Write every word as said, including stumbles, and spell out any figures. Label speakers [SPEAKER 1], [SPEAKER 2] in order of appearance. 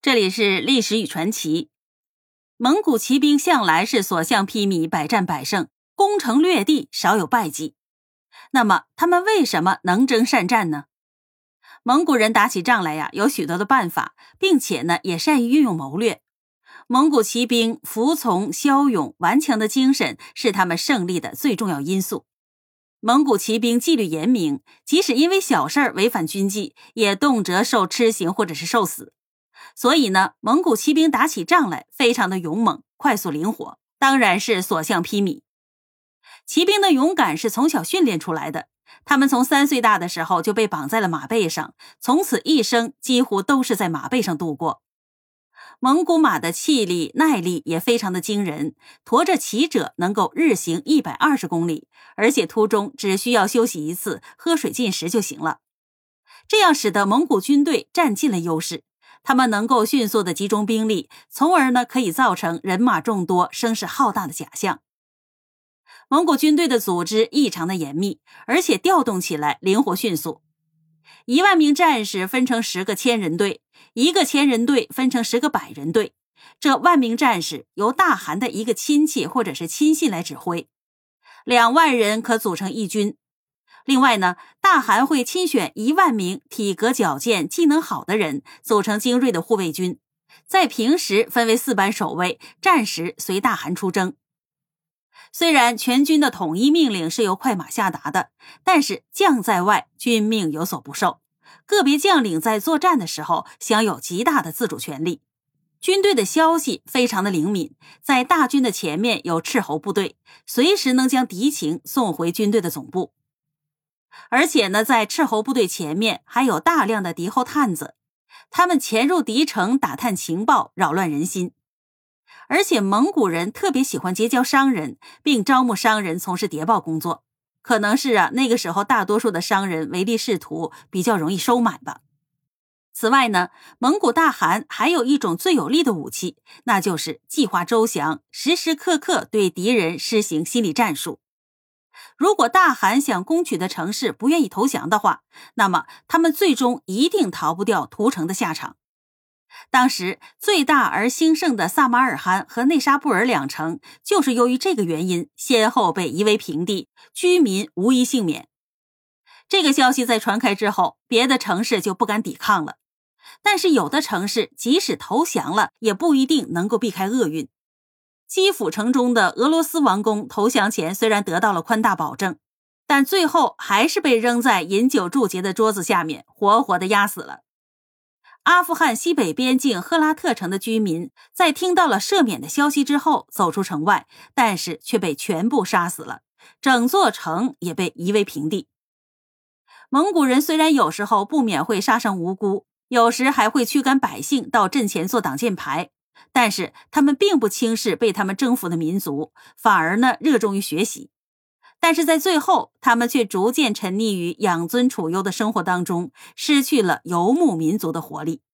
[SPEAKER 1] 这里是历史与传奇。蒙古骑兵向来是所向披靡，百战百胜，攻城略地，少有败绩。那么他们为什么能征善战呢？蒙古人打起仗来呀，有许多的办法，并且呢也善于运用谋略。蒙古骑兵服从、骁勇、顽强的精神是他们胜利的最重要因素。蒙古骑兵纪律严明，即使因为小事违反军纪，也动辄受笞刑或者是受死。所以呢，蒙古骑兵打起仗来非常的勇猛、快速灵活，当然是所向披靡。骑兵的勇敢是从小训练出来的，他们从三岁大的时候就被绑在了马背上，从此一生几乎都是在马背上度过。蒙古马的气力、耐力也非常的惊人，驮着骑者能够日行一百二十公里，而且途中只需要休息一次，喝水进食就行了。这样使得蒙古军队占尽了优势，他们能够迅速的集中兵力，从而呢可以造成人马众多、声势浩大的假象。蒙古军队的组织异常的严密，而且调动起来灵活迅速。一万名战士分成十个千人队，一个千人队分成十个百人队。这万名战士由大汗的一个亲戚或者是亲信来指挥，两万人可组成一军。另外呢，大汗会亲选一万名体格矫健、技能好的人，组成精锐的护卫军，在平时分为四班守卫，战时随大汗出征。虽然全军的统一命令是由快马下达的，但是将在外，军命有所不受。个别将领在作战的时候享有极大的自主权利。军队的消息非常的灵敏，在大军的前面有斥候部队，随时能将敌情送回军队的总部。而且呢，在斥候部队前面还有大量的敌后探子，他们潜入敌城打探情报，扰乱人心。而且蒙古人特别喜欢结交商人，并招募商人从事谍报工作。可能是啊，那个时候大多数的商人唯利是图，比较容易收买吧。此外呢，蒙古大汗还有一种最有力的武器，那就是计划周详，时时刻刻对敌人施行心理战术。如果大汗想攻取的城市不愿意投降的话，那么他们最终一定逃不掉屠城的下场。当时最大而兴盛的萨马尔罕和内沙布尔两城，就是由于这个原因先后被夷为平地，居民无一幸免。这个消息在传开之后，别的城市就不敢抵抗了。但是有的城市即使投降了，也不一定能够避开厄运。基辅城中的俄罗斯王公投降前虽然得到了宽大保证，但最后还是被扔在饮酒祝捷的桌子下面，活活的压死了。阿富汗西北边境赫拉特城的居民在听到了赦免的消息之后走出城外，但是却被全部杀死了，整座城也被夷为平地。蒙古人虽然有时候不免会杀伤无辜，有时还会驱赶百姓到阵前做挡箭牌，但是他们并不轻视被他们征服的民族，反而呢热衷于学习。但是在最后，他们却逐渐沉溺于养尊处优的生活当中，失去了游牧民族的活力。